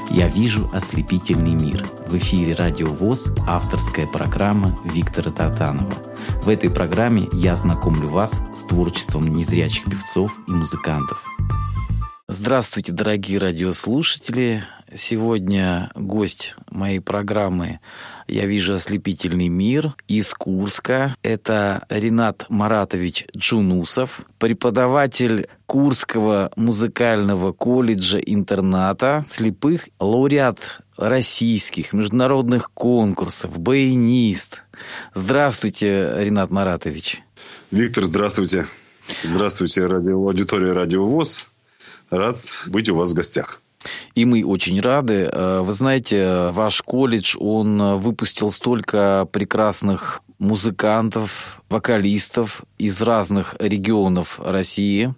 «Я вижу ослепительный мир». В эфире «Радио ВОС» авторская программа Виктора Тартанова. В этой программе я знакомлю вас с творчеством незрячих певцов и музыкантов. Здравствуйте, дорогие радиослушатели! Сегодня гость моей программы «Я вижу ослепительный мир» из Курска. Это Ринат Маратович Джунусов, преподаватель Курского музыкального колледжа-интерната слепых, лауреат российских международных конкурсов, баянист. Здравствуйте, Ринат Маратович. Виктор, здравствуйте. Здравствуйте, аудитория «Радио ВОС». Рад быть у вас в гостях. И мы очень рады. Вы знаете, ваш колледж, он выпустил столько прекрасных музыкантов, вокалистов из разных регионов России.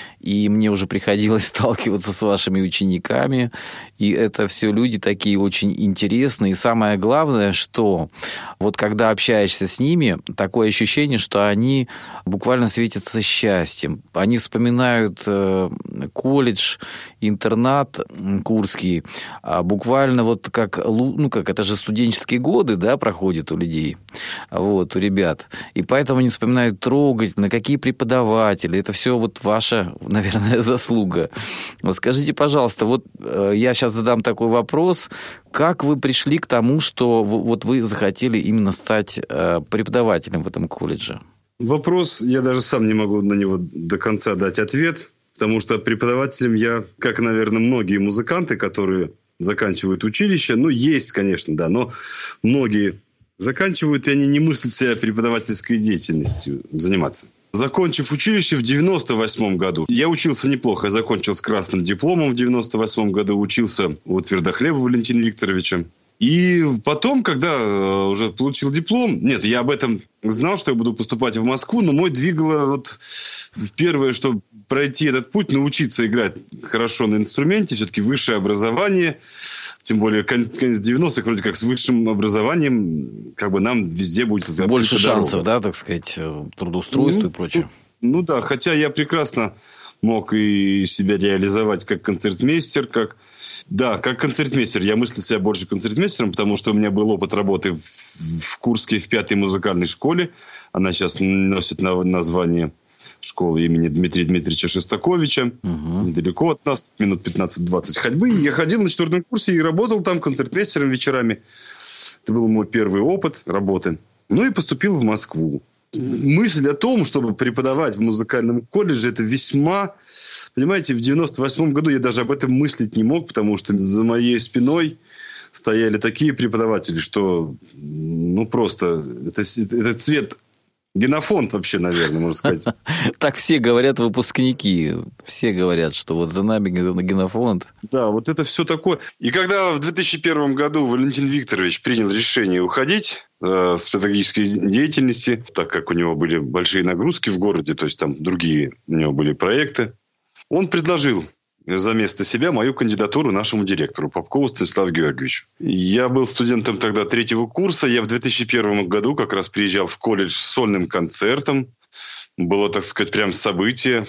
И мне уже приходилось сталкиваться с вашими учениками. И это все люди такие очень интересные. И самое главное, что вот когда общаешься с ними, такое ощущение, что они буквально светятся счастьем. Они вспоминают колледж, интернат курский, буквально вот как это же студенческие годы, да, проходят у людей, вот, у ребят. И поэтому они вспоминают трогательно, какие преподаватели. Это все вот ваша, наверное, заслуга. Вот скажите, пожалуйста, вот я сейчас задам такой вопрос. Как вы пришли к тому, что вот вы захотели именно стать преподавателем в этом колледже? Вопрос, я даже сам не могу на него до конца дать ответ, потому что преподавателем я, как, наверное, многие музыканты, которые заканчивают училище, есть, конечно, да, но многие заканчивают, и они не мыслят себя преподавательской деятельностью заниматься. Закончив училище в 98 году, я учился неплохо. Я закончил с красным дипломом в 98 году, учился у Твердохлеба Валентина Викторовича. И потом, когда уже получил диплом, я об этом знал, что я буду поступать в Москву, но мой двигало первое, что пройти этот путь, научиться играть хорошо на инструменте, все-таки высшее образование, тем более конец 90-х, вроде как с высшим образованием, нам везде будет... Больше шансов, да, так сказать, трудоустройство и прочее. Да, хотя я прекрасно мог и себя реализовать как концертмейстер, как концертмейстер. Я мыслю себя больше концертмейстером, потому что у меня был опыт работы в Курске в 5-й музыкальной школе. Она сейчас носит название школы имени Дмитрия Дмитриевича Шостаковича. Недалеко от нас, минут 15-20 ходьбы. Я ходил на 4-м курсе и работал там концертмейстером вечерами. Это был мой первый опыт работы. И поступил в Москву. Мысль о том, чтобы преподавать в музыкальном колледже, это весьма... Понимаете, в 98 году я даже об этом мыслить не мог, потому что за моей спиной стояли такие преподаватели, что просто это цвет генофонд вообще, наверное, можно сказать. Так все говорят выпускники. Все говорят, что вот за нами генофонд. Да, вот это все такое. И когда в 2001 году Валентин Викторович принял решение уходить с педагогической деятельности, так как у него были большие нагрузки в городе, то есть там другие у него были проекты, он предложил за место себя мою кандидатуру нашему директору Попкову Станиславу Георгиевичу. Я был студентом тогда 3-го курса. Я в 2001 году как раз приезжал в колледж с сольным концертом. Было, так сказать, прям событие.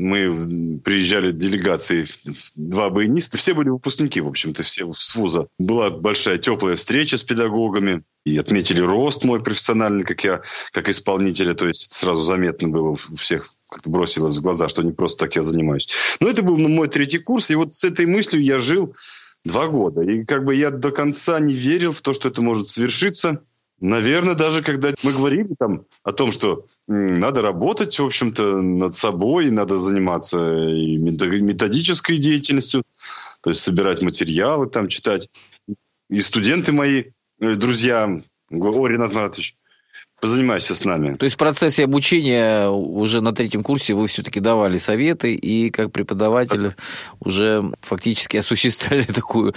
Мы приезжали делегацией, 2 баяниста. Все были выпускники, в общем-то, все с вуза. Была большая теплая встреча с педагогами. И отметили рост мой профессиональный, как исполнителя. То есть сразу заметно было у всех, как-то бросилось в глаза, что не просто так я занимаюсь. Но это был мой 3-й курс. И вот с этой мыслью я жил 2 года. И я до конца не верил в то, что это может свершиться. Наверное, даже когда мы говорили о том, что надо работать, в общем-то, над собой, надо заниматься и методической деятельностью, то есть собирать материалы, читать. И студенты мои, друзья, Ринат Маратович, позанимайся с нами. То есть в процессе обучения уже на 3-м курсе вы все-таки давали советы и как преподаватель уже фактически осуществляли такую...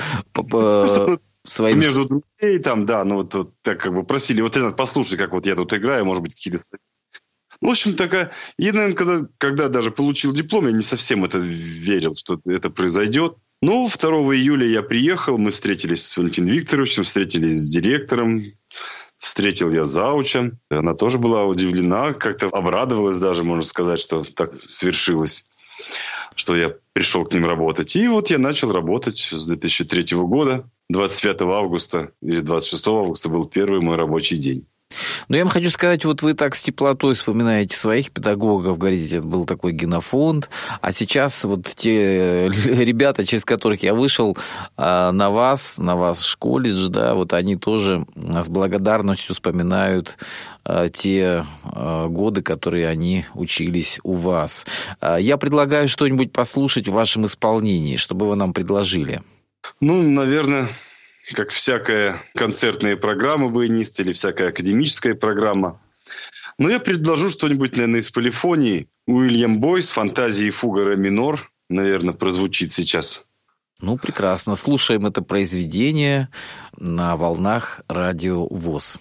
Между друзей так просили, Ринат, послушай, как я тут играю, может быть, какие-то... В общем, такая... И, наверное, когда даже получил диплом, я не совсем это верил, что это произойдет. 2 июля я приехал, мы встретились с Валентином Викторовичем, встретились с директором, встретил я зауча. Она тоже была удивлена, как-то обрадовалась даже, можно сказать, что так свершилось. что я пришел к ним работать. И вот я начал работать с 2003 года. 25 августа или 26 августа был первый мой рабочий день. Но я вам хочу сказать, вот вы так с теплотой вспоминаете своих педагогов, говорите, это был такой генофонд, а сейчас вот те ребята, через которых я вышел, на ваш колледж, да, вот они тоже с благодарностью вспоминают те годы, которые они учились у вас. Я предлагаю что-нибудь послушать в вашем исполнении, чтобы вы нам предложили. Ну, наверное, как всякая концертная программа баяниста или всякая академическая программа. Но я предложу что-нибудь, наверное, из полифонии. Уильям Бойс, «Фантазии и фуга ре минор», наверное, прозвучит сейчас. Ну, прекрасно. Слушаем это произведение на волнах Радио ВОС.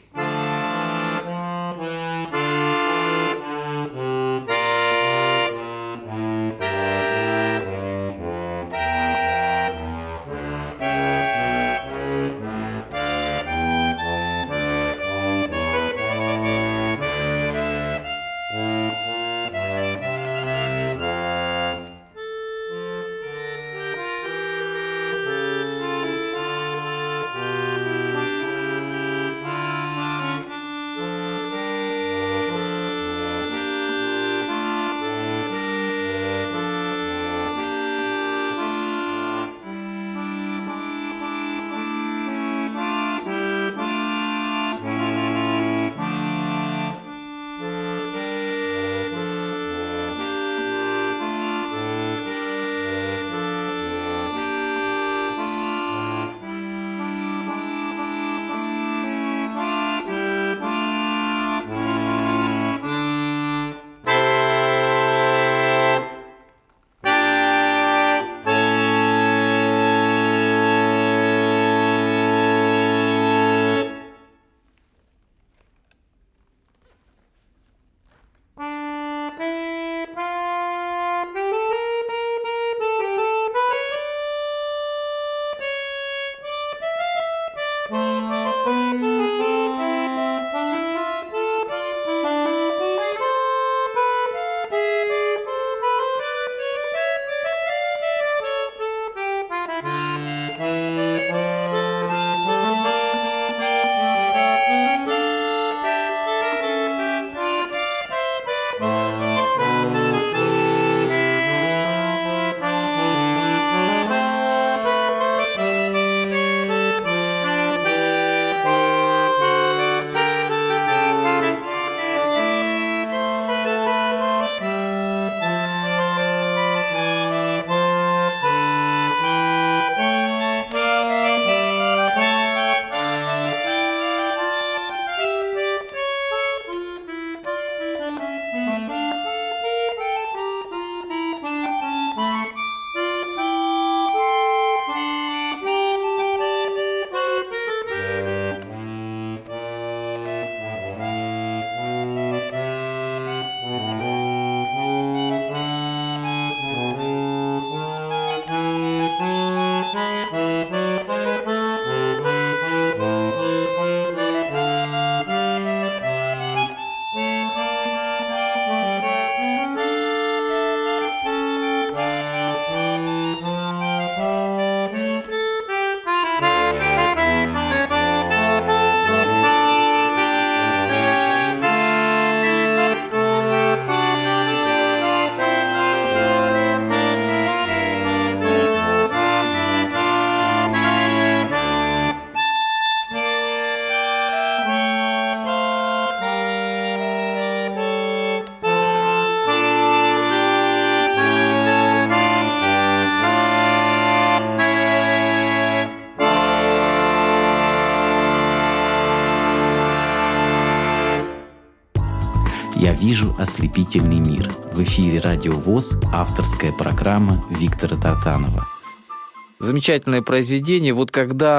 «Я вижу ослепительный мир». В эфире Радио ВОС, авторская программа Виктора Тартанова. Замечательное произведение. Вот когда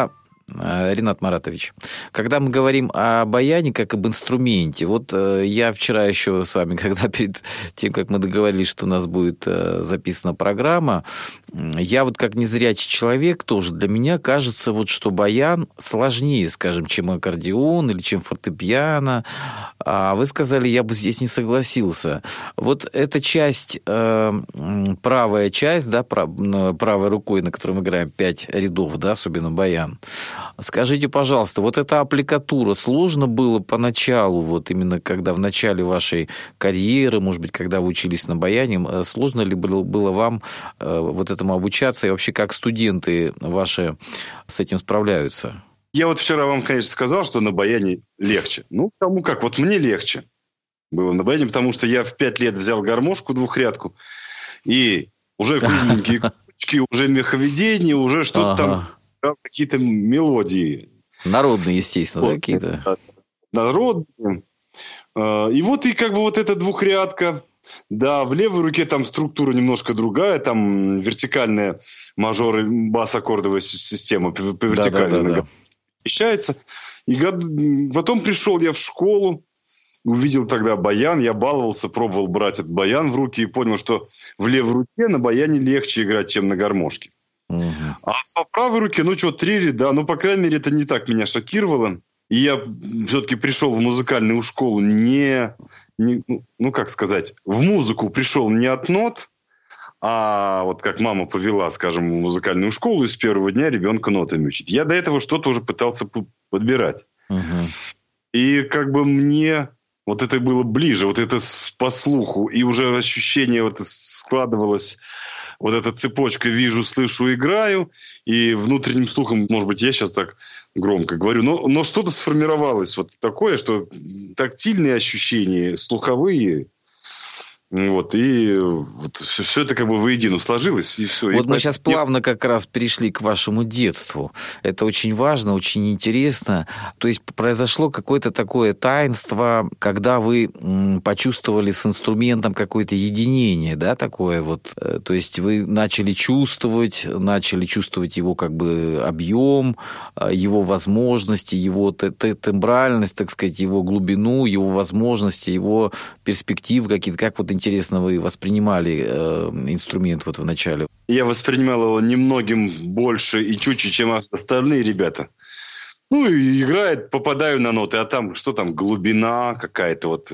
Ринат Маратович, когда мы говорим о баяне как об инструменте, вот я вчера еще с вами, когда перед тем, как мы договорились, что у нас будет записана программа, я вот как незрячий человек тоже, для меня кажется, вот, что баян сложнее, скажем, чем аккордеон или чем фортепиано, а вы сказали, я бы здесь не согласился. Вот эта часть, правая часть, да, правой рукой, на которой мы играем 5 рядов, да, особенно баян. Скажите, пожалуйста, вот эта аппликатура сложно было поначалу, вот именно когда в начале вашей карьеры, может быть, когда вы учились на баяне, сложно ли было вам вот этому обучаться, и вообще как студенты ваши с этим справляются? Я вот вчера вам, конечно, сказал, что на баяне легче. Ну, кому как. Вот мне легче было на баяне, потому что я в 5 лет взял гармошку двухрядку, и уже кругленькие кучки, уже меховедение, уже что-то там, какие-то мелодии. Народные, естественно, какие-то. Народные. И вот и как бы вот эта двухрядка. Да, в левой руке там структура немножко другая, там вертикальная мажор и бас-аккордовая система по вертикали перемещается. И потом пришел я в школу, увидел тогда баян, я баловался, пробовал брать этот баян в руки и понял, что в левой руке на баяне легче играть, чем на гармошке. А по правой руке, 3 ряда, по крайней мере, это не так меня шокировало. И я все-таки пришел в музыкальную школу как сказать, в музыку пришел не от нот, а вот как мама повела, скажем, в музыкальную школу, и с первого дня ребенка нотами учить. Я до этого что-то уже пытался подбирать. И как бы мне вот это было ближе, вот это по слуху, и уже ощущение вот складывалось, вот эта цепочка «вижу, слышу, играю», и внутренним слухом, может быть, я сейчас так громко говорю, но что-то сформировалось вот такое, что тактильные ощущения, слуховые, вот, и вот все это как бы воедино сложилось, и все. Вот мы сейчас плавно как раз перешли к вашему детству. Это очень важно, очень интересно. То есть произошло какое-то такое таинство, когда вы почувствовали с инструментом какое-то единение, да, такое вот. То есть вы начали чувствовать его как бы объем, его возможности, его тембральность, так сказать, его глубину, его возможности, его перспективы какие-то. Как вот интересно вы воспринимали инструмент вот в начале? Я воспринимал его немногим больше и чуть-чуть, чем остальные ребята. И играет, попадаю на ноты, а там, что там, глубина какая-то, вот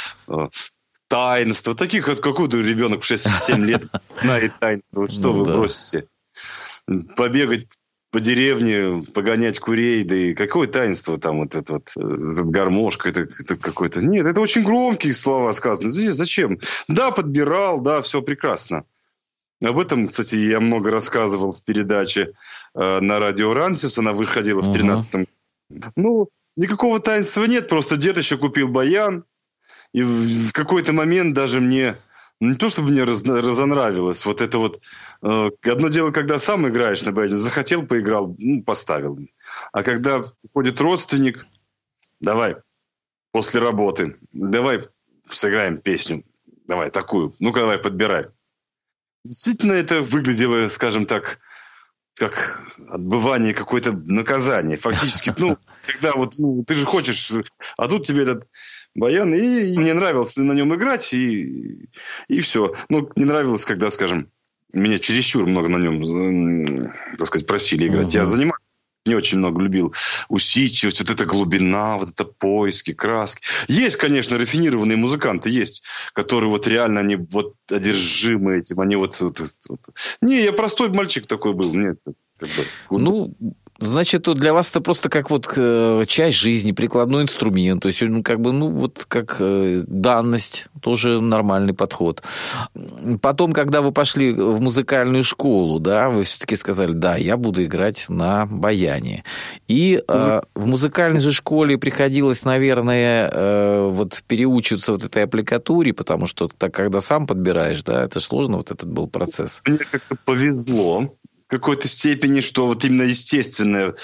таинство. Таких вот, какой-то ребенок в 6-7 лет знает таинство. Вот что вы бросите? Побегать по деревне, погонять курей, да и какое таинство там вот этот гармошка, это какой-то... Нет, это очень громкие слова сказаны. Зачем? Да, подбирал, да, все прекрасно. Об этом, кстати, я много рассказывал в передаче на радио «Рансис», она выходила в 13-м. Никакого таинства нет, просто дед еще купил баян, и в какой-то момент даже мне... Не то, чтобы мне разонравилось. Вот это вот... одно дело, когда сам играешь на баяне. Захотел, поиграл, поставил. А когда приходит родственник, давай, после работы, давай сыграем песню. Давай, такую. Давай, подбирай. Действительно, это выглядело, скажем так, как отбывание какое-то наказание. Фактически, когда вот ты же хочешь... А тут тебе этот... баян, и мне нравилось на нем играть, и все. Не нравилось, когда, скажем, меня чересчур много на нем, так сказать, просили играть. Я занимался, не очень много любил усидчивость, вот эта глубина, вот это поиски, краски. Есть, конечно, рафинированные музыканты, есть, которые вот реально, они вот одержимы этим, они вот. Не, я простой мальчик такой был, мне как бы... Значит, для вас это просто как вот часть жизни, прикладной инструмент, то есть как данность, тоже нормальный подход. Потом, когда вы пошли в музыкальную школу, да, вы все-таки сказали, да, я буду играть на баяне. И в музыкальной же школе приходилось, наверное, вот переучиваться вот этой аппликатуре, потому что когда сам подбираешь, да, это сложно, вот этот был процесс. Мне как-то повезло. В какой-то степени, что вот именно естественная,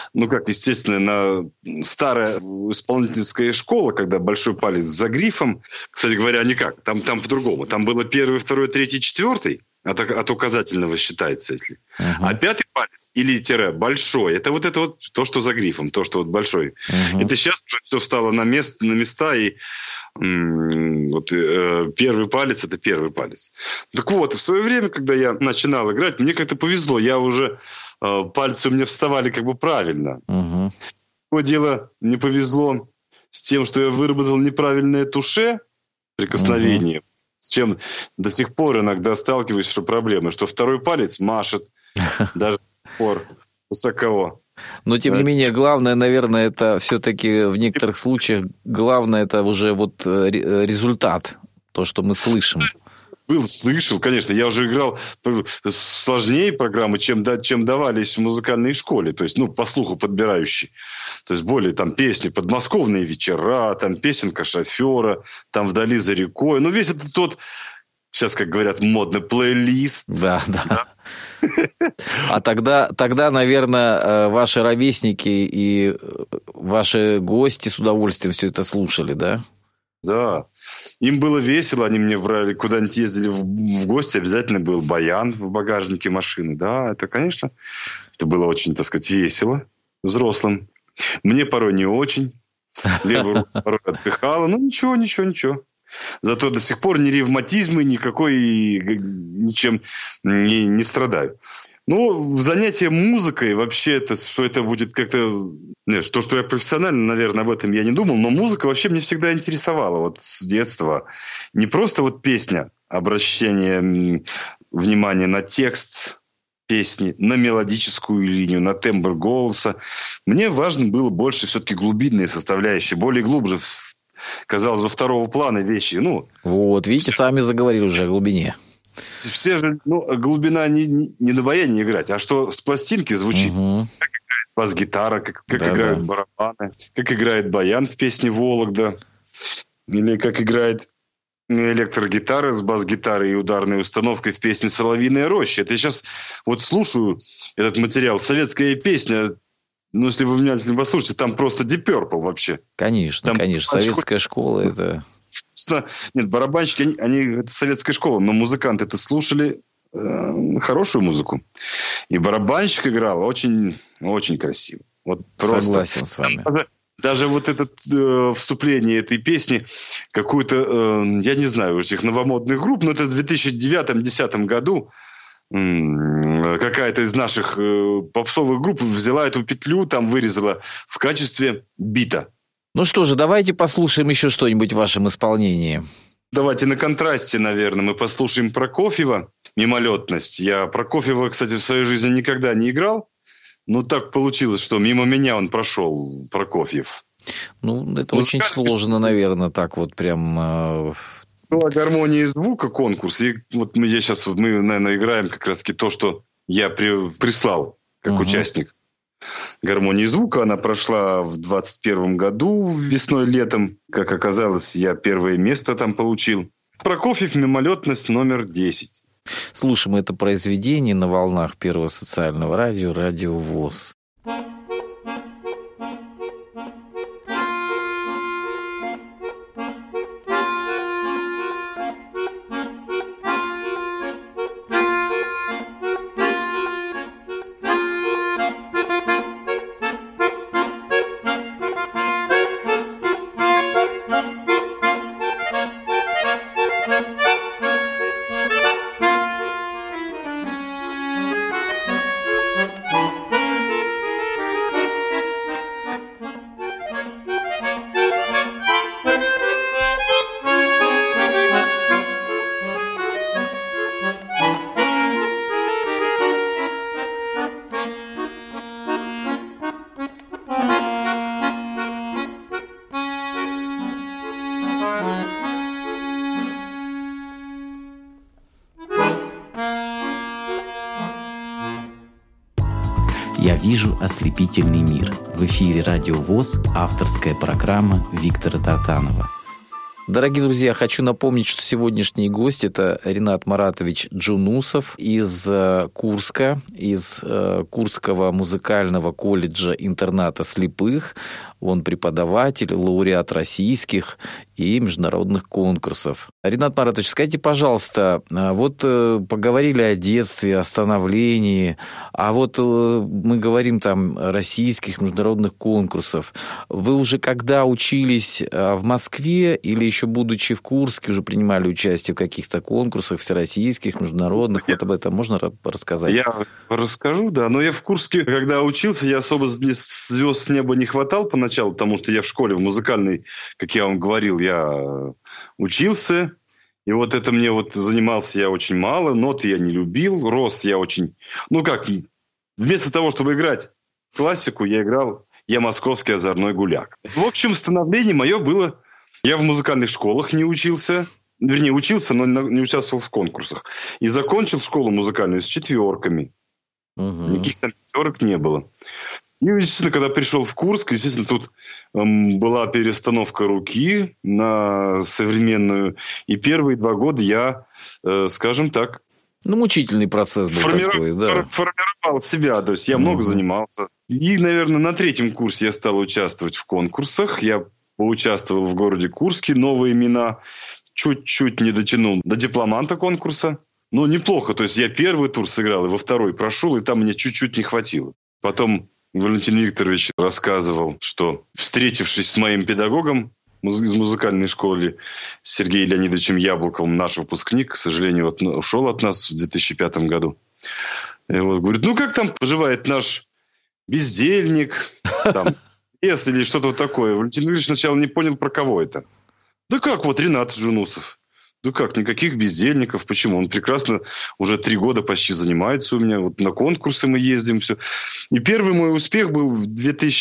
старая исполнительская школа, когда большой палец за грифом, кстати говоря, никак, там по-другому. Там было 1, 2, 3, 4, от указательного считается, если. А пятый палец или тире большой, это вот то, что за грифом, то, что вот большой. Это сейчас уже все встало на места, и первый палец – это первый палец. Так вот, в свое время, когда я начинал играть, мне как-то повезло, я уже пальцы у меня вставали как бы правильно. Такое дело, мне повезло с тем, что я выработал неправильное туше, прикосновение, с чем до сих пор иногда сталкиваюсь, что проблемы, что второй палец машет даже до сих пор высоко. Но, тем не менее, главное, наверное, это все-таки в некоторых случаях, главное, это уже вот результат, то, что мы слышим. Слышал, конечно. Я уже играл сложнее программы, чем давались в музыкальной школе. То есть, по слуху подбирающие. То есть, более там песни «Подмосковные вечера», там песенка шофера, там «Вдали за рекой». Весь этот тот, сейчас, как говорят, модный плейлист. Да. А тогда, наверное, ваши ровесники и ваши гости с удовольствием все это слушали, да? Да. Им было весело, они мне брали, куда-нибудь ездили в гости, обязательно был баян в багажнике машины. Да, это, конечно, это было очень, так сказать, весело взрослым. Мне порой не очень. Левая рука порой отдыхала. Ничего. Зато до сих пор ни ревматизма, ничем не страдаю. Занятие музыкой, вообще, что это будет как-то... Нет, то, что я профессионально, наверное, об этом я не думал, но музыка вообще меня всегда интересовала вот с детства. Не просто вот песня, обращение внимания на текст песни, на мелодическую линию, на тембр голоса. Мне важно было больше все-таки глубинные составляющие, более глубже, казалось бы, второго плана вещи. Вот, видите, сами заговорили уже о глубине. Все же, глубина не на баяне играть, а что с пластинки звучит. Как играет бас-гитара, как играют барабаны, как играет баян в песне «Вологда», или как играет электрогитара с бас-гитарой и ударной установкой в песне «Соловьиная роща». Это я сейчас вот слушаю этот материал. Советская песня, если вы внимательно послушаете, там просто Deep Purple вообще. Конечно. Советская школа это... Нет, барабанщики, это советская школа, но музыканты это слушали хорошую музыку. И барабанщик играл очень, очень красиво. Вот просто. Согласен с вами. Даже вот это вступление этой песни, какую-то, я не знаю, этих новомодных групп, но это в 2009-2010 году какая-то из наших попсовых групп взяла эту петлю, там вырезала в качестве бита. Ну что же, давайте послушаем еще что-нибудь в вашем исполнении. Давайте на контрасте, наверное, мы послушаем Прокофьева «Мимолетность». Я Прокофьева, кстати, в своей жизни никогда не играл. Но так получилось, что мимо меня он прошел, Прокофьев. Это очень сложно, наверное, так вот прям... Была гармония звука, конкурс. И вот мы, наверное, играем как раз-таки то, что я прислал как участник. Гармонии звука. Она прошла в 2021 году, весной-летом. Как оказалось, я первое место там получил. Прокофьев «Мимолетность» номер 10. Слушаем это произведение на волнах Первого социального радио, Радио ВОС. «Я вижу ослепительный мир». В эфире Радио ВОС, авторская программа Виктора Тартанова. Дорогие друзья, хочу напомнить, что сегодняшний гость – это Ринат Маратович Джунусов из Курска, из Курского музыкального колледжа-интерната слепых. Он преподаватель, лауреат российских и международных конкурсов. Ринат Маратович, скажите, пожалуйста, вот поговорили о детстве, о становлении, а вот мы говорим там о российских международных конкурсов. Вы уже когда учились в Москве или еще будучи в Курске уже принимали участие в каких-то конкурсах всероссийских, международных? Вот об этом можно рассказать? Я расскажу, да. Но я в Курске, когда учился, я особо звезд с неба не хватал поначалу, потому что я в школе, в музыкальной, как я вам говорил, я учился. И вот это мне вот занимался я очень мало, ноты я не любил, рост я очень... вместо того, чтобы играть классику, я московский озорной гуляк. В общем, становление мое было... Я в музыкальных школах не учился. Вернее, учился, но не участвовал в конкурсах. И закончил школу музыкальную с 4. Никаких там 5 не было. И, естественно, когда пришел в Курск, естественно, тут была перестановка руки на современную. И первые 2 года я, скажем так... мучительный процесс был такой, да. Формировал себя, то есть я много занимался. И, наверное, на 3 курсе я стал участвовать в конкурсах. Я поучаствовал в городе Курске, новые имена. Чуть-чуть не дотянул до дипломанта конкурса. Но неплохо, то есть я 1 тур сыграл, и во 2 прошел, и там мне чуть-чуть не хватило. Потом Валентин Викторович рассказывал, что, встретившись с моим педагогом из музыкальной школы Сергеем Леонидовичем Яблоковым, наш выпускник, к сожалению, ушел от нас в 2005 году. И вот говорит, как там поживает наш бездельник, там, или что-то вот такое. Валентин Викторович сначала не понял, про кого это. Да как, вот Ринат Джунусов. Да как, никаких бездельников. Почему? Он прекрасно уже 3 года почти занимается у меня. Вот на конкурсы мы ездим, все. И первый мой успех был в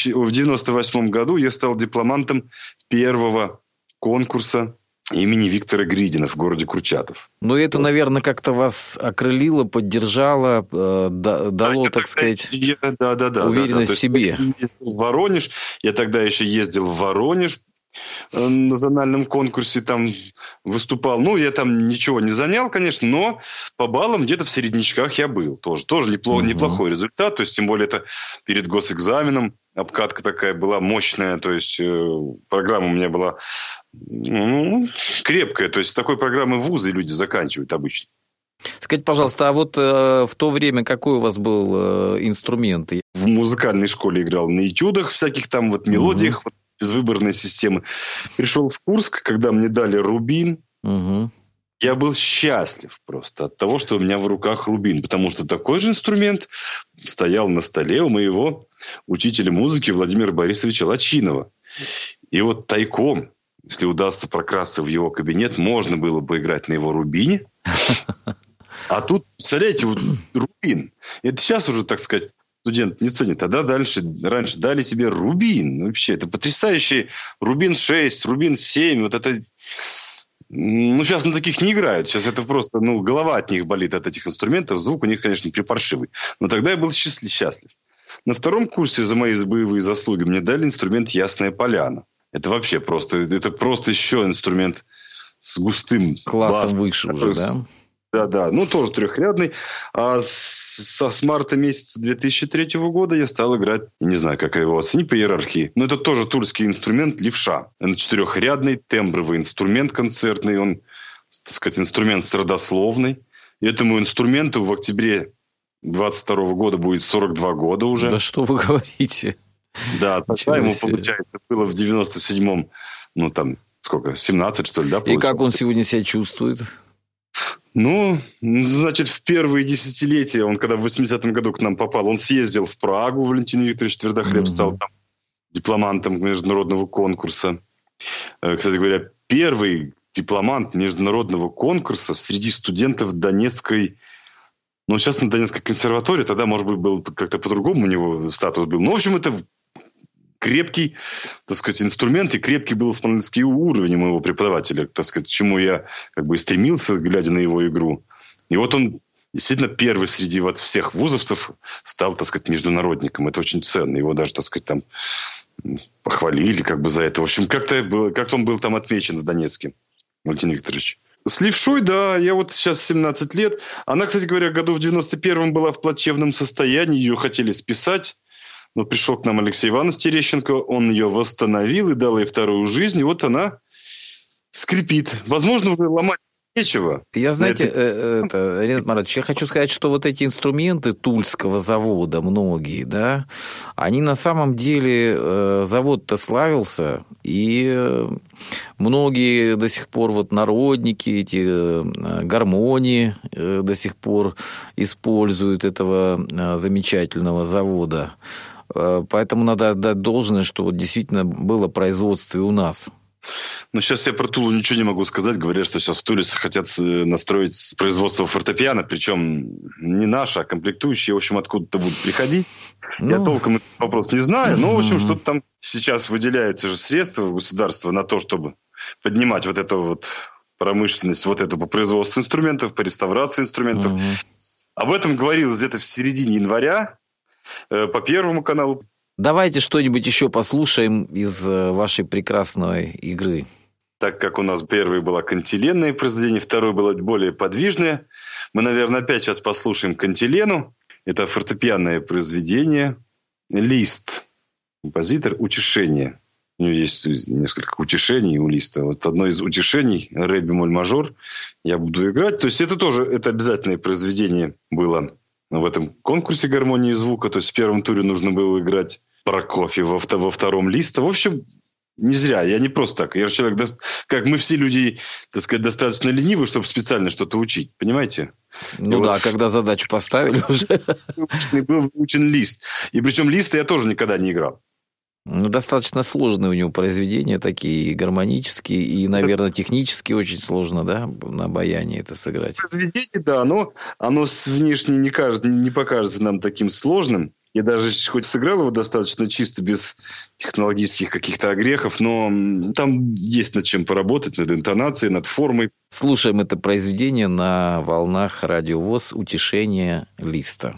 98 году. Я стал дипломантом 1 конкурса имени Виктора Гридина в городе Курчатов. Это, наверное, как-то вас окрылило, поддержало, дало, так сказать, уверенность в себе. В Воронеж. Я тогда еще ездил в Воронеж. На национальном конкурсе там выступал. Я там ничего не занял, конечно, но по баллам где-то в середнячках я был. Тоже неплохой результат. То есть, тем более, это перед госэкзаменом. Обкатка такая была мощная. То есть, программа у меня была крепкая. То есть, с такой программой вузы люди заканчивают обычно. Скажите, пожалуйста, а вот в то время какой у вас был инструмент? В музыкальной школе играл на этюдах, всяких там мелодиях, безвыборной системы. Пришел в Курск, когда мне дали рубин. Я был счастлив просто от того, что у меня в руках рубин. Потому что такой же инструмент стоял на столе у моего учителя музыки Владимира Борисовича Лачинова. И вот тайком, если удастся прокрасться в его кабинет, можно было бы играть на его рубине. А тут, представляете, рубин. Это сейчас уже, так сказать, студент не ценит. Тогда раньше дали тебе рубин. Вообще, это потрясающий рубин 6, рубин 7. Вот это... сейчас на таких не играют. Сейчас это просто, голова от них болит, от этих инструментов. Звук у них, конечно, припаршивый. Но тогда я был счастлив. На 2 курсе за мои боевые заслуги мне дали инструмент «Ясная поляна». Это вообще просто... Это просто еще инструмент с густым классом басом. Выше уже, да? Да. Тоже 3-рядный. А с марта месяца 2003 года я стал играть, не знаю, как его оценить по иерархии, но это тоже тульский инструмент левша. Это 4-рядный тембровый инструмент концертный. Он, так сказать, инструмент страдословный. И этому инструменту в октябре 22 года будет 42 года уже. Да что вы говорите? Да, тогда ему, получается, было в 97-м, 17, что ли, да? И как он сегодня себя чувствует? Значит, в первые десятилетия, он когда в 80-м году к нам попал, он съездил в Прагу, Валентин Викторович Твердохлеб стал там дипломантом международного конкурса. Кстати говоря, первый дипломант международного конкурса среди студентов Донецкой... сейчас на Донецкой консерватории, тогда, может быть, был как-то по-другому у него статус был. В общем, это крепкий, так сказать, инструмент, и крепкий был исполнительский уровень моего преподавателя, так сказать, к чему я и стремился, глядя на его игру. И вот он действительно первый среди всех вузовцев стал, так сказать, международником. Это очень ценно. Его даже, так сказать, там похвалили как бы за это. В общем, как-то он был там отмечен в Донецке, Валентин Викторович. С левшой, да, я вот сейчас 17 лет. Она, кстати говоря, году в 91-м была в плачевном состоянии. Ее хотели списать. Но пришел к нам Алексей Иванович Терещенко. Он ее восстановил и дал ей вторую жизнь. И вот она скрипит. Возможно, уже ломать нечего. Я, знаете, Ренат Маратович, я хочу сказать, что вот эти инструменты Тульского завода, многие, да, они на самом деле, завод-то славился, и многие до сих пор вот народники, эти гармонии до сих пор используют этого замечательного завода. Поэтому надо отдать должное, что вот действительно было производство и у нас. Но сейчас я про Тулу ничего не могу сказать. Говорят, что сейчас в Туле хотят настроить производство фортепиано, причем не наше, а комплектующие, в общем, откуда-то будут приходить. Я толком этот вопрос не знаю, но, в общем, что-то там сейчас выделяются же средства в государство на то, чтобы поднимать вот эту вот промышленность, вот эту по производству инструментов, по реставрации инструментов. Об этом говорилось где-то в середине января по Первому каналу. Давайте что-нибудь еще послушаем из вашей прекрасной игры. Так как у нас первое было кантиленное произведение, второе было более подвижное, мы, наверное, опять сейчас послушаем кантилену. Это фортепианное произведение. Лист. Композитор «Утешение». У него есть несколько утешений у Листа. Вот одно из утешений ре бемоль мажор я буду играть. То есть это тоже обязательное произведение было в этом конкурсе гармонии звука. То есть в первом туре нужно было играть Прокофьева, во втором Листа. В общем, не зря. Я не просто так. Я же человек, как мы все люди, так сказать, достаточно ленивы, чтобы специально что-то учить. Понимаете? Ну и да, вот, когда задачу поставили уже. Был выучен Лист. И причем Листа я тоже никогда не играл. Ну, достаточно сложные у него произведения такие, гармонические, и, наверное, технически очень сложно, да, на баяне это сыграть. Произведение, да, оно внешне не покажется нам таким сложным. Я даже хоть сыграл его достаточно чисто, без технологических каких-то огрехов, но там есть над чем поработать, над интонацией, над формой. Слушаем это произведение на волнах Радио ВОС «Утешение Листа».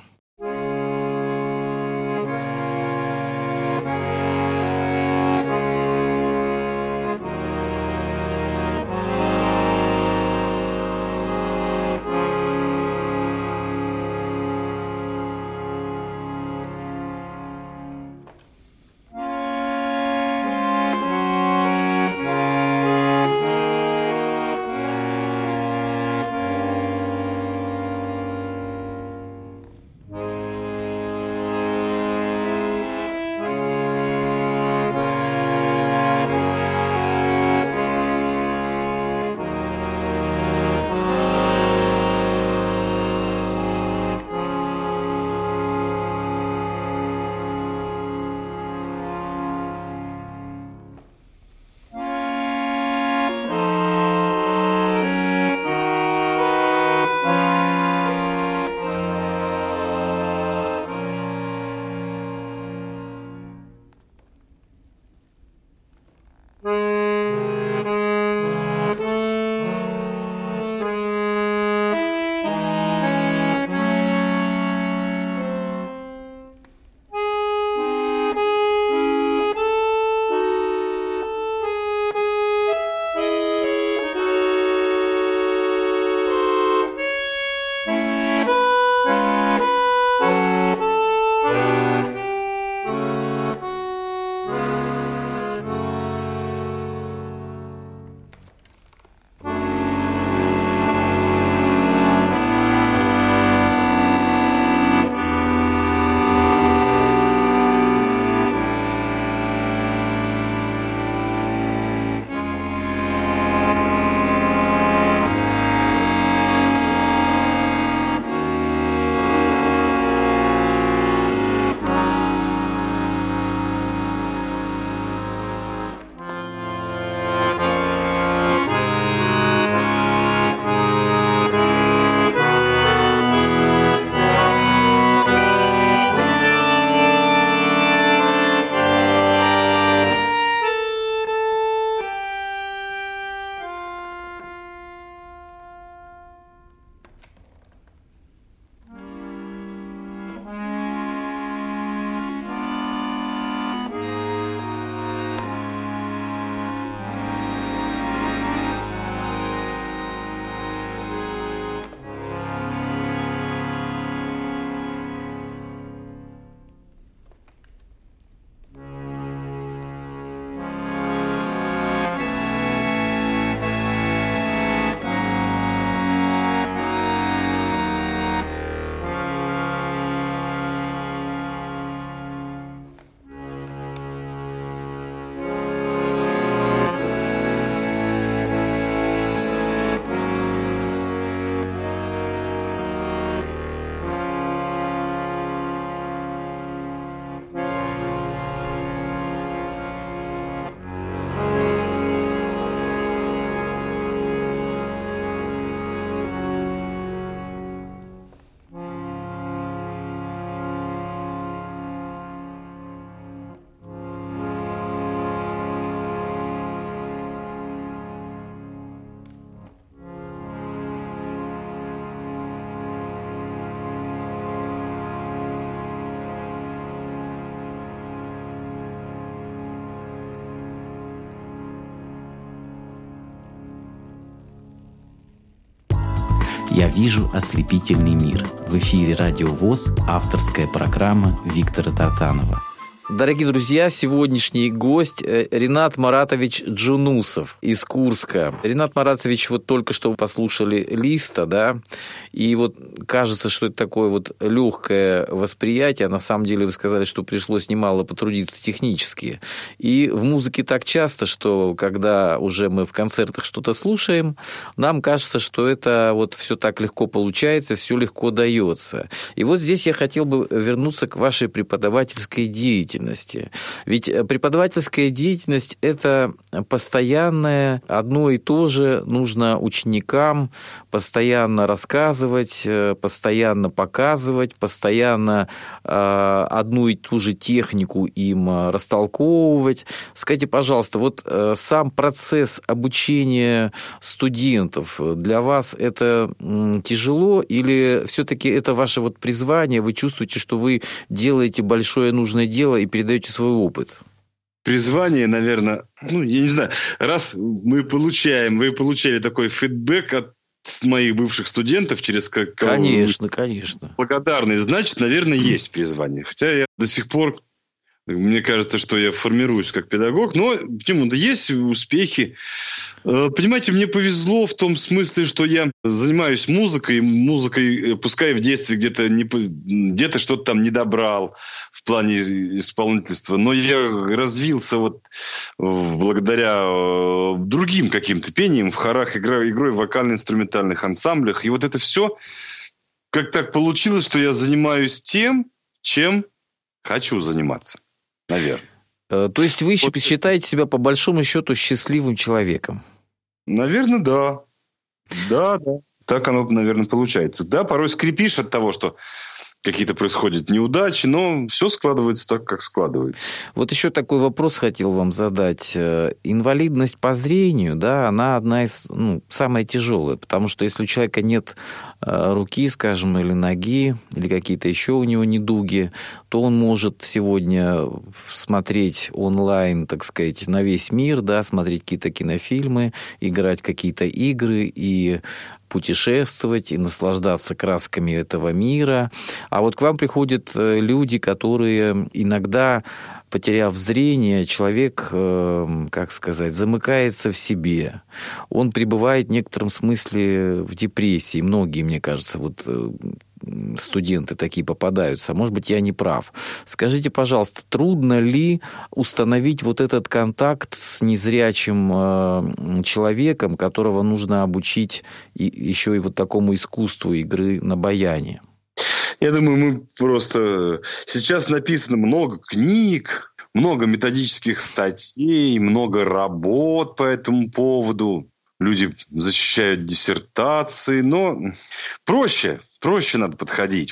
«Я вижу ослепительный мир». В эфире «Радио ВОС», авторская программа Виктора Тартанова. Дорогие друзья, сегодняшний гость Ринат Маратович Джунусов из Курска. Ринат Маратович, вот только что вы послушали Листа, да, и вот кажется, что это такое вот легкое восприятие, а на самом деле вы сказали, что пришлось немало потрудиться технически. И в музыке так часто, что когда уже мы в концертах что-то слушаем, нам кажется, что это вот все так легко получается, все легко дается. И вот здесь я хотел бы вернуться к вашей преподавательской деятельности. Ведь преподавательская деятельность – это постоянное, одно и то же, нужно ученикам постоянно рассказывать, постоянно показывать, постоянно одну и ту же технику им растолковывать. Скажите, пожалуйста, вот сам процесс обучения студентов для вас это тяжело или все-таки это ваше вот призвание, вы чувствуете, что вы делаете большое нужное дело и передаете свой опыт? Призвание, наверное, я не знаю, раз вы получали такой фидбэк от моих бывших студентов, через конечно. Благодарность, значит, наверное, есть призвание. Хотя я до сих пор, мне кажется, что я формируюсь как педагог, но почему-то есть успехи. Понимаете, мне повезло в том смысле, что я занимаюсь музыкой, пускай в детстве где-то что-то там не добрал в плане исполнительства, но я развился вот благодаря другим каким-то пениям в хорах, игрой в вокально-инструментальных ансамблях. И вот это все как так получилось, что я занимаюсь тем, чем хочу заниматься, наверное. То есть вы считаете себя по большому счету счастливым человеком? Наверное, да. Да. Так оно, наверное, получается. Да, порой скрипишь от того, что какие-то происходят неудачи, но все складывается так, как складывается. Вот еще такой вопрос хотел вам задать. Инвалидность по зрению, да, она одна из, самая тяжелая, потому что если у человека нет руки, скажем, или ноги, или какие-то еще у него недуги, то он может сегодня смотреть онлайн, так сказать, на весь мир, да, смотреть какие-то кинофильмы, играть в какие-то игры и путешествовать и наслаждаться красками этого мира. А вот к вам приходят люди, которые иногда, потеряв зрение, человек, замыкается в себе. Он пребывает в некотором смысле в депрессии. Многие, мне кажется, студенты такие попадаются. Может быть, я не прав. Скажите, пожалуйста, трудно ли установить вот этот контакт с незрячим человеком, которого нужно обучить еще и вот такому искусству игры на баяне? Я думаю, сейчас написано много книг, много методических статей, много работ по этому поводу. Люди защищают диссертации, но проще надо подходить.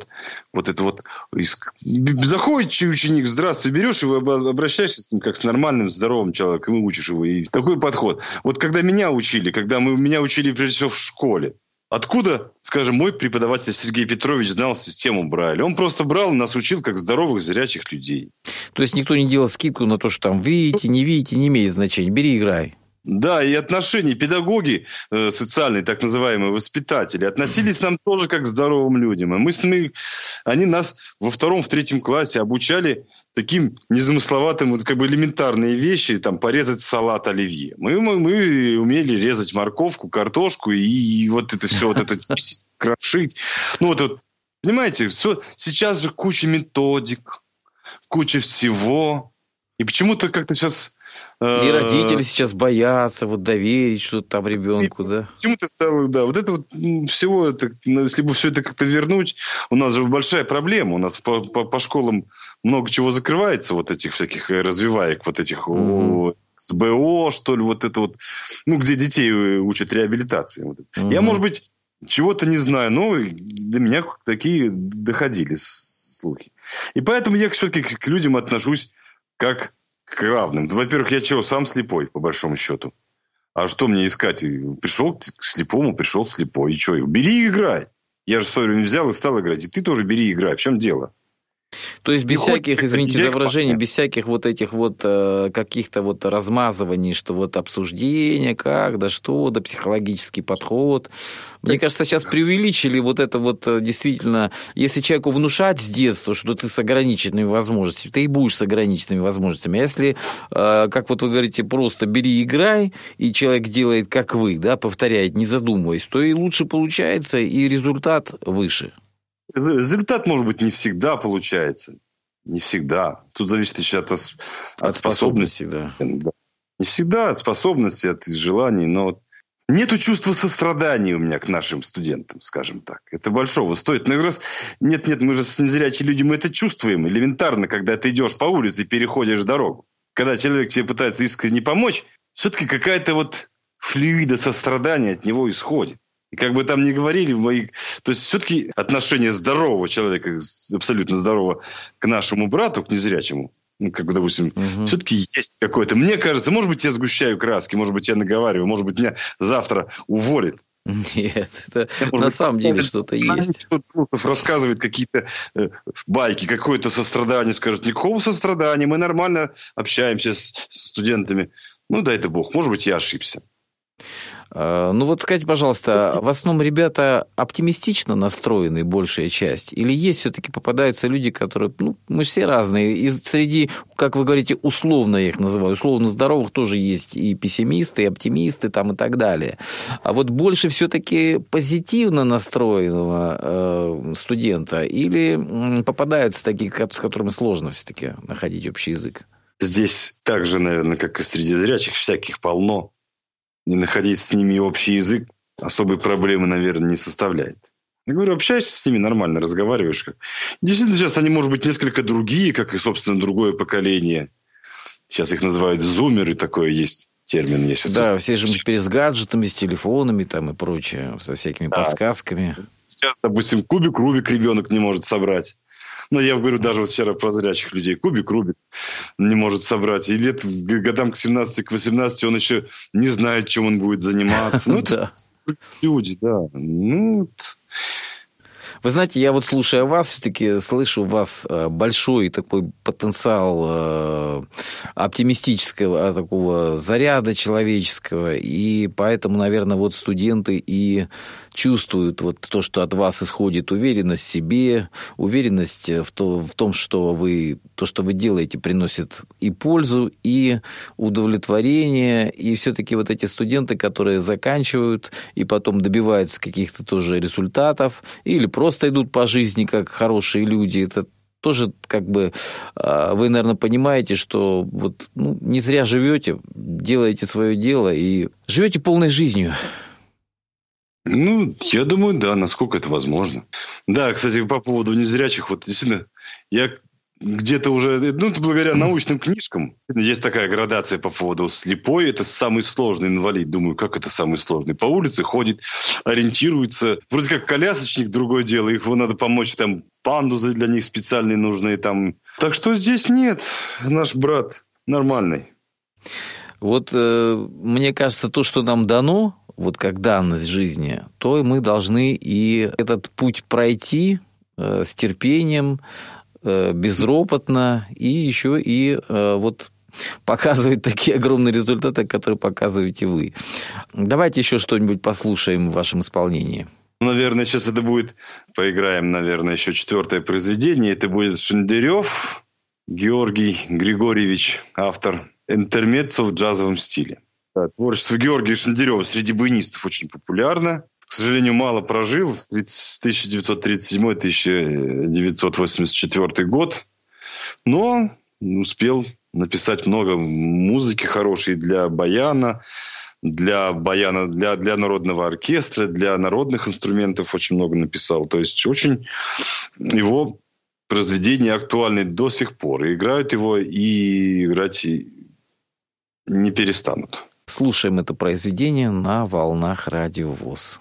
Заходит ученик, здравствуй, берешь его, обращаешься с ним как с нормальным, здоровым человеком, и учишь его. И такой подход. Вот когда меня учили прежде всего в школе, откуда, скажем, мой преподаватель Сергей Петрович знал систему Брайля? Он просто брал и нас учил как здоровых зрячих людей. То есть никто не делал скидку на то, что там видите, не имеет значения. Бери, играй. Да, и отношения, педагоги социальные, так называемые воспитатели, относились к нам тоже как к здоровым людям. И они нас во 2-3 классе обучали таким незамысловатым, элементарные вещи, там, порезать салат оливье. Мы умели резать морковку, картошку и вот это все, крошить. Понимаете, сейчас же куча методик, куча всего. И почему-то как-то сейчас... И родители сейчас боятся доверить что-то там ребенку, да? Почему-то стало, да. Всего это, если бы все это как-то вернуть, у нас же большая проблема. У нас по школам много чего закрывается, этих всяких развиваек, СБО, что ли, где детей учат реабилитации. Я, может быть, чего-то не знаю, но до меня такие доходили слухи. И поэтому я все-таки к людям отношусь как к равным. Во-первых, я сам слепой, по большому счету. А что мне искать? Пришел к слепому, пришел слепой. И что? Бери и играй. Я же в свое время взял и стал играть. И ты тоже бери и играй. В чем дело? То есть без всяких, извините за выражение, понятно. без всяких вот этих вот каких-то вот размазываний, что вот обсуждение, как, да что, да психологический подход. Мне кажется, сейчас преувеличили вот это вот действительно, если человеку внушать с детства, что ты с ограниченными возможностями, ты и будешь с ограниченными возможностями. А если, как вот вы говорите, просто бери и играй, и человек делает как вы, да, повторяет, не задумываясь, то и лучше получается, и результат выше. Результат, может быть, не всегда получается. Не всегда. Тут зависит еще от способностей. Да. Не всегда от способностей, от желаний, но нету чувства сострадания у меня к нашим студентам, скажем так. Это большого стоит. Но раз нет, мы же незрячие люди, мы это чувствуем элементарно, когда ты идешь по улице и переходишь дорогу. Когда человек тебе пытается искренне помочь, все-таки какая-то вот флюида сострадания от него исходит. И как бы там ни говорили, то есть все-таки отношение здорового человека, абсолютно здорового, к нашему брату, к незрячему, ну, как бы, допустим, все-таки есть какое-то. Мне кажется, может быть, я сгущаю краски, может быть, я наговариваю, может быть, меня завтра уволят. Нет, это на самом деле что-то есть. Рассказывает какие-то байки, какое-то сострадание, скажет, никакого сострадания, мы нормально общаемся с студентами. Ну, дай это бог, может быть, я ошибся. Ну вот скажите, пожалуйста, в основном ребята оптимистично настроены, большая часть? Или есть все-таки попадаются люди, которые, ну, мы же все разные, и среди, как вы говорите, условно я их называю, условно здоровых тоже есть и пессимисты, и оптимисты там и так далее. А вот больше все-таки позитивно настроенного студента или попадаются такие, с которыми сложно все-таки находить общий язык? Здесь так же, наверное, как и среди зрячих, всяких полно. Не находить с ними общий язык особой проблемы, наверное, не составляет. Я говорю, общаешься с ними нормально, разговариваешь. Действительно, сейчас они, может быть, несколько другие, как и, собственно, другое поколение. Сейчас их называют зумеры, такой есть термин. Я сейчас да, все же теперь с гаджетами, с телефонами там и прочее, со всякими подсказками. Сейчас, допустим, кубик Рубик ребенок не может собрать. Но я говорю, даже вот вчера про зрячих людей. Кубик Рубик не может собрать. И лет годам к 17, к 18 он еще не знает, чем он будет заниматься. Ну, это люди, да. Ну, вы знаете, я вот, слушая вас, все-таки слышу у вас большой такой потенциал оптимистического такого заряда человеческого, и поэтому, наверное, вот студенты и чувствуют вот то, что от вас исходит уверенность в себе, уверенность в том, что то, что вы делаете, приносит и пользу, и удовлетворение, и все-таки вот эти студенты, которые заканчивают и потом добиваются каких-то тоже результатов, или просто идут по жизни как хорошие люди, это тоже как бы вы, наверное, понимаете, что вот, ну, не зря живете, делаете свое дело и живете полной жизнью. Ну, я думаю, да, насколько это возможно. Да, кстати, по поводу незрячих, вот действительно, я где-то уже, ну, это благодаря научным книжкам, есть такая градация по поводу слепой, это самый сложный инвалид. Думаю, как это самый сложный? По улице ходит, ориентируется, вроде как колясочник, другое дело, их надо помочь, там, пандусы для них специальные нужны, там. Так что здесь нет, наш брат нормальный. Вот мне кажется, то, что нам дано, вот как данность жизни, то мы должны и этот путь пройти с терпением, безропотно, и еще и вот показывать такие огромные результаты, которые показываете вы. Давайте еще что-нибудь послушаем в вашем исполнении. Наверное, сейчас это будет, поиграем, наверное, еще 4-е произведение. Это будет Шендерев Георгий Григорьевич, автор «Интермеццо в джазовом стиле». Да, творчество Георгия Шендерева среди баянистов очень популярно. К сожалению, мало прожил. 1937-1984 год. Но успел написать много музыки хорошей для баяна, для народного оркестра, для народных инструментов очень много написал. То есть очень его произведения актуальны до сих пор. И играют его, и играть не перестанут. Слушаем это произведение на волнах Радио ВОС.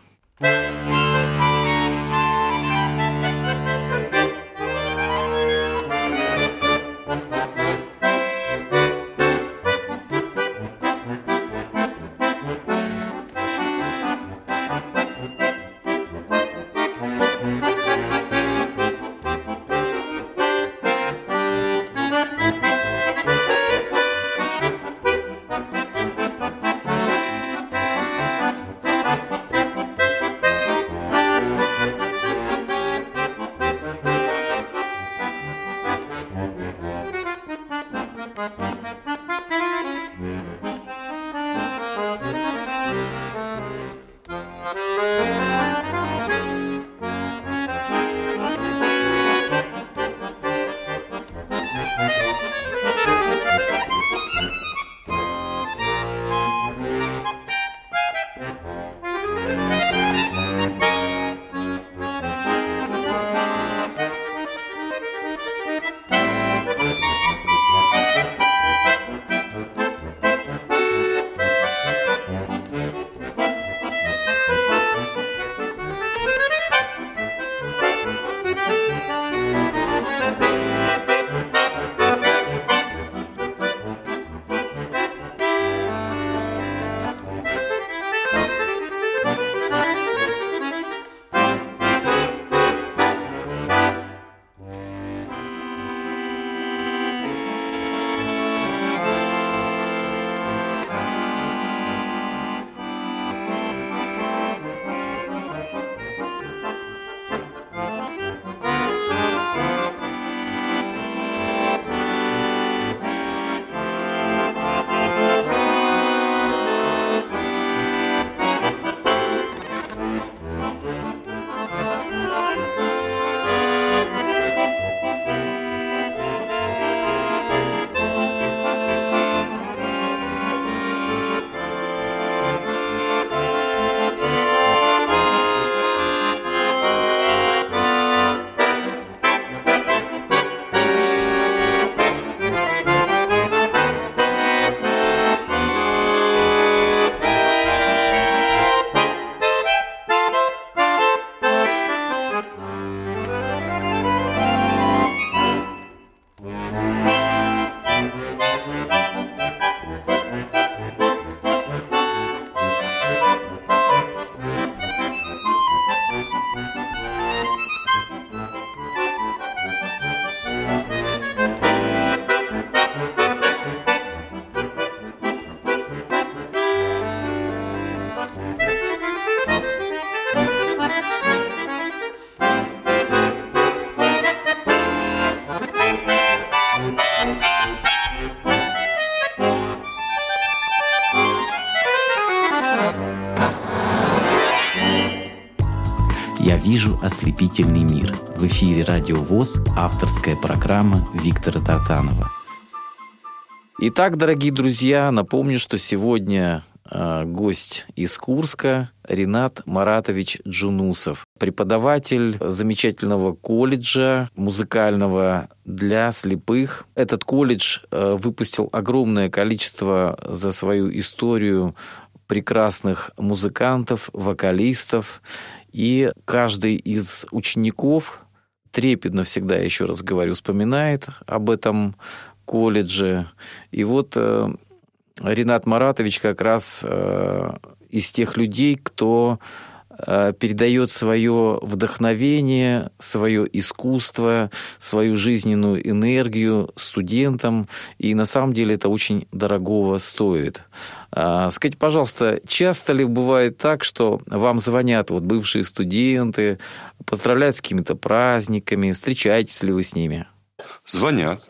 вижу ослепительный мир. В эфире Радио ВОС, авторская программа Виктора Тартанова. Итак, дорогие друзья, напомню, что сегодня гость из Курска Ринат Маратович Джунусов, преподаватель замечательного колледжа музыкального для слепых. Этот колледж выпустил огромное количество за свою историю прекрасных музыкантов, вокалистов, и каждый из учеников трепетно всегда, еще раз говорю, вспоминает об этом колледже. И вот Ринат Маратович как раз из тех людей, кто передает свое вдохновение, свое искусство, свою жизненную энергию студентам, и на самом деле это очень дорогого стоит. Скажите, пожалуйста, часто ли бывает так, что вам звонят вот бывшие студенты, поздравляют с какими-то праздниками, встречаетесь ли вы с ними? Звонят.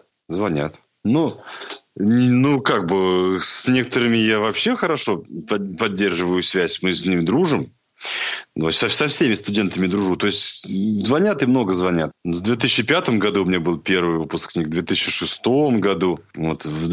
Как бы с некоторыми я вообще хорошо поддерживаю связь, мы с ними дружим. Со всеми студентами дружу. То есть звонят и много звонят. В 2005 году у меня был первый выпускник, в 2006 году, вот, в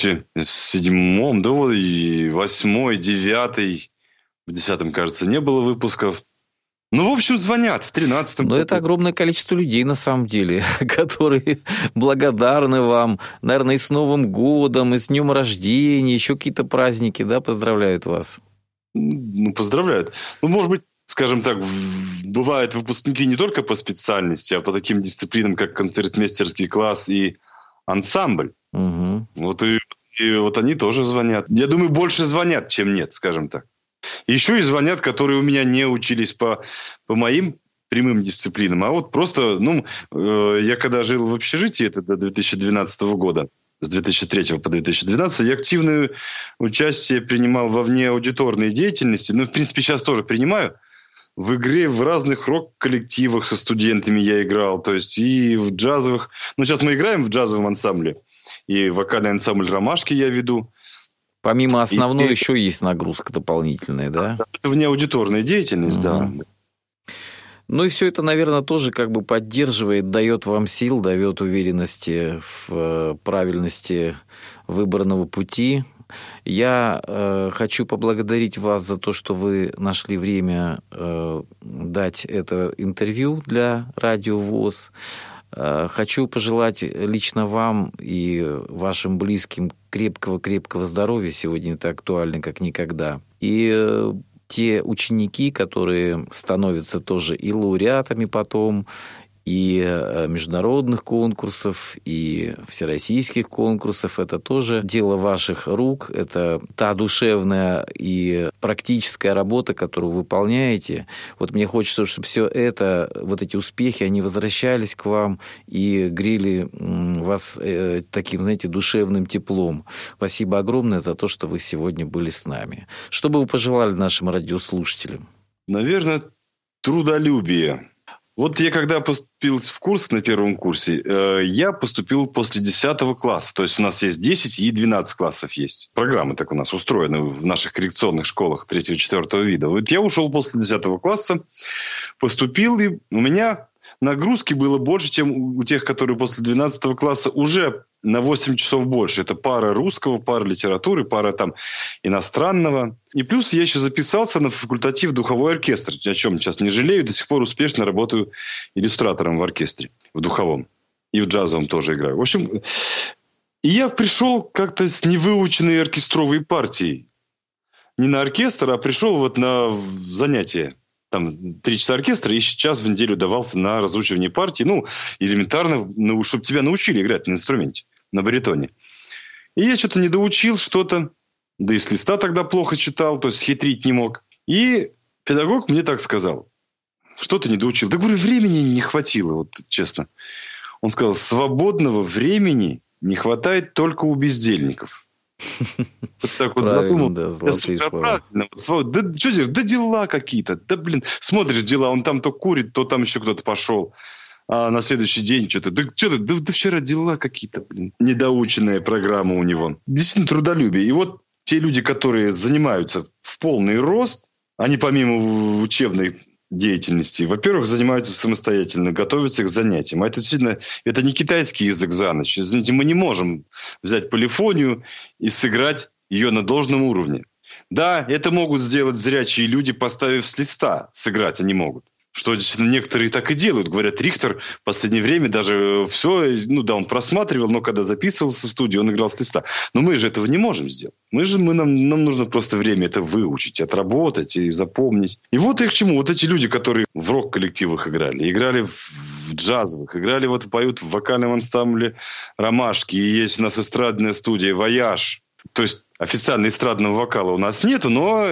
2007, да, вот, и 2008, 2009, в 2010, кажется, не было выпусков. Ну, в общем, звонят в 2013 году. Но это огромное количество людей, на самом деле, которые благодарны вам, наверное, и с Новым годом, и с днем рождения, еще какие-то праздники, да, поздравляют вас. Ну, поздравляют. Ну, может быть, скажем так, бывают выпускники не только по специальности, а по таким дисциплинам, как концертмейстерский класс и ансамбль. Угу. Вот и вот они тоже звонят. Я думаю, больше звонят, чем нет, скажем так. Еще и звонят, которые у меня не учились по моим прямым дисциплинам, а вот просто, я когда жил в общежитии, это до 2012 года, с 2003 по 2012, я активное участие принимал во внеаудиторной деятельности. В принципе, сейчас тоже принимаю. В игре в разных рок-коллективах со студентами я играл. То есть и в джазовых... Сейчас мы играем в джазовом ансамбле. И вокальный ансамбль «Ромашки» я веду. Помимо основной еще есть нагрузка дополнительная, да? Это внеаудиторная деятельность, да. Ну и все это, наверное, тоже как бы поддерживает, дает вам сил, дает уверенности в правильности выбранного пути. Я хочу поблагодарить вас за то, что вы нашли время дать это интервью для Радио ВОС. Хочу пожелать лично вам и вашим близким крепкого здоровья. Сегодня это актуально как никогда. И те ученики, которые становятся тоже и лауреатами потом, и международных конкурсов, и всероссийских конкурсов, это тоже дело ваших рук, это та душевная и практическая работа, которую вы выполняете. Вот мне хочется, чтобы все это, вот эти успехи, они возвращались к вам и грели вас таким, знаете, душевным теплом. Спасибо огромное за то, что вы сегодня были с нами. Что бы вы пожелали нашим радиослушателям? Наверное, трудолюбие. Вот я когда поступил в Курск на первом курсе, я поступил после 10 класса. То есть у нас есть 10 и 12 классов есть. Программы так у нас устроены в наших коррекционных школах 3-4 вида. Вот я ушел после 10 класса, поступил, и у меня нагрузки было больше, чем у тех, которые после 12 класса уже на 8 часов больше. Это пара русского, пара литературы, пара там иностранного. И плюс я еще записался на факультатив духовой оркестр, о чем сейчас не жалею. До сих пор успешно работаю иллюстратором в оркестре, в духовом. И в джазовом тоже играю. В общем, и я пришел как-то с невыученной оркестровой партией. Не на оркестр, а пришел вот на занятия. Там 3 часа оркестра, и час в неделю давался на разучивание партии. Элементарно, чтобы тебя научили играть на инструменте, на баритоне. И я что-то не доучил, что-то. Да и с листа тогда плохо читал, то есть хитрить не мог. И педагог мне так сказал. Что ты не доучил? Да, говорю, времени не хватило, вот честно. Он сказал, свободного времени не хватает только у бездельников. Вот так вот задумал. Да, золотые слова. Да что делать? Да дела какие-то. Да, смотришь дела, он там то курит, то там еще кто-то пошел. А на следующий день что-то. Да вчера дела какие-то, недоученная программа у него. Действительно трудолюбие. И вот те люди, которые занимаются в полный рост, они помимо учебной деятельности, во-первых, занимаются самостоятельно, готовятся к занятиям. А это действительно, это не китайский язык за ночь. Извините, мы не можем взять полифонию и сыграть ее на должном уровне. Да, это могут сделать зрячие люди, поставив с листа. Сыграть они могут. Что действительно некоторые так и делают. Говорят, Рихтер в последнее время даже все, он просматривал, но когда записывался в студии, он играл с листа. Но мы же этого не можем сделать. Нам нужно просто время это выучить, отработать и запомнить. И вот и к чему. Вот эти люди, которые в рок-коллективах играли в джазовых, поют в вокальном ансамбле «Ромашки». И есть у нас эстрадная студия «Вояж». То есть официально эстрадного вокала у нас нету,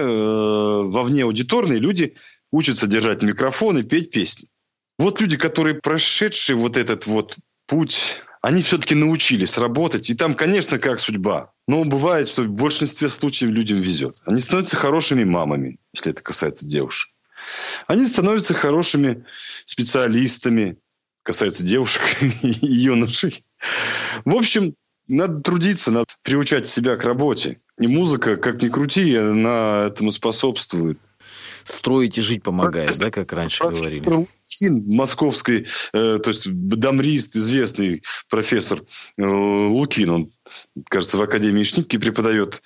но вовне аудиторные люди учатся держать микрофон и петь песни. Вот люди, которые прошедшие вот этот вот путь, они все-таки научились работать. И там, конечно, как судьба. Но бывает, что в большинстве случаев людям везет. Они становятся хорошими мамами, если это касается девушек. Они становятся хорошими специалистами, касается девушек и юношей. В общем, надо трудиться, надо приучать себя к работе. И музыка, как ни крути, она этому способствует. Строить и жить помогает, да, как раньше говорили. Лукин, московский, то есть дамрист, известный профессор Лукин, он, кажется, в Академии Шнитке преподает,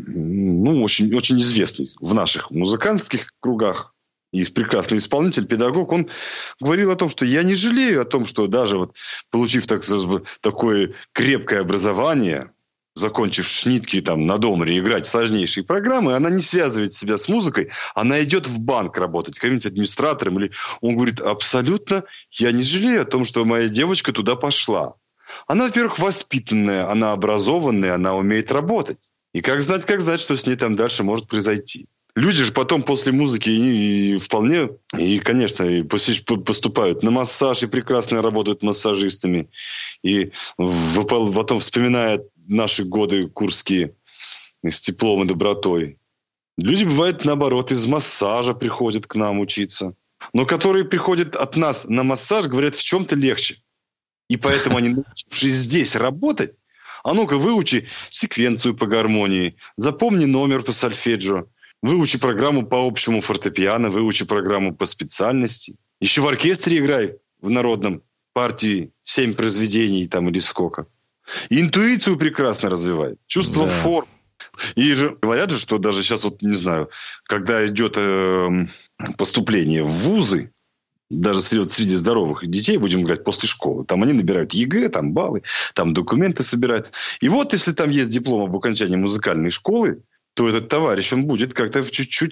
очень, очень известный в наших музыкантских кругах. И прекрасный исполнитель, педагог, он говорил о том, что я не жалею о том, что даже получив такое крепкое образование, закончив Шнитке на Домре играть сложнейшие программы, она не связывает себя с музыкой, она идет в банк работать, каким-нибудь администратором. Он говорит, абсолютно я не жалею о том, что моя девочка туда пошла. Она, во-первых, воспитанная, она образованная, она умеет работать. И как знать, что с ней там дальше может произойти. Люди же потом после музыки вполне, конечно, поступают на массаж и прекрасно работают массажистами. И потом вспоминают наши годы курские с теплом и добротой. Люди, бывает, наоборот, из массажа приходят к нам учиться. Но которые приходят от нас на массаж, говорят, в чем-то легче. И поэтому они, научившись здесь работать, а ну-ка выучи секвенцию по гармонии, запомни номер по сольфеджио, выучи программу по общему фортепиано, выучи программу по специальности. Еще в оркестре играй в народном партии 7 произведений или сколько. И интуицию прекрасно развивает. Чувство форм. И же говорят же, что даже сейчас, когда идет поступление в вузы, даже среди здоровых детей, будем говорить, после школы, там они набирают ЕГЭ, там баллы, там документы собирают. И вот если там есть диплом об окончании музыкальной школы, то этот товарищ, он будет как-то чуть-чуть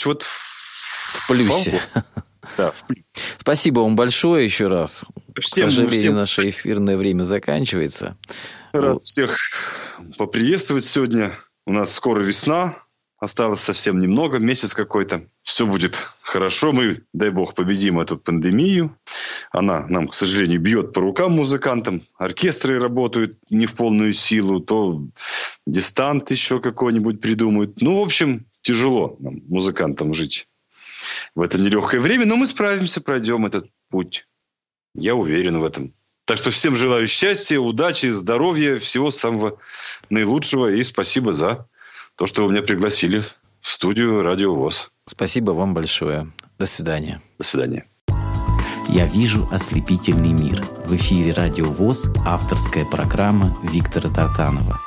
в плюсе. Да, в плюсе. Спасибо вам большое еще раз. К сожалению, наше эфирное время заканчивается. Рад всех поприветствовать сегодня. У нас скоро весна. Осталось совсем немного, месяц какой-то. Все будет хорошо. Мы, дай бог, победим эту пандемию. Она нам, к сожалению, бьет по рукам музыкантам. Оркестры работают не в полную силу. То дистант еще какой-нибудь придумают. В общем, тяжело нам, музыкантам, жить в это нелегкое время. Но мы справимся, пройдем этот путь. Я уверен в этом. Так что всем желаю счастья, удачи, здоровья, всего самого наилучшего. И спасибо за то, что вы меня пригласили в студию Радио ВОС. Спасибо вам большое. До свидания. До свидания. «Я вижу ослепительный мир». В эфире Радио ВОС авторская программа Виктора Тартанова.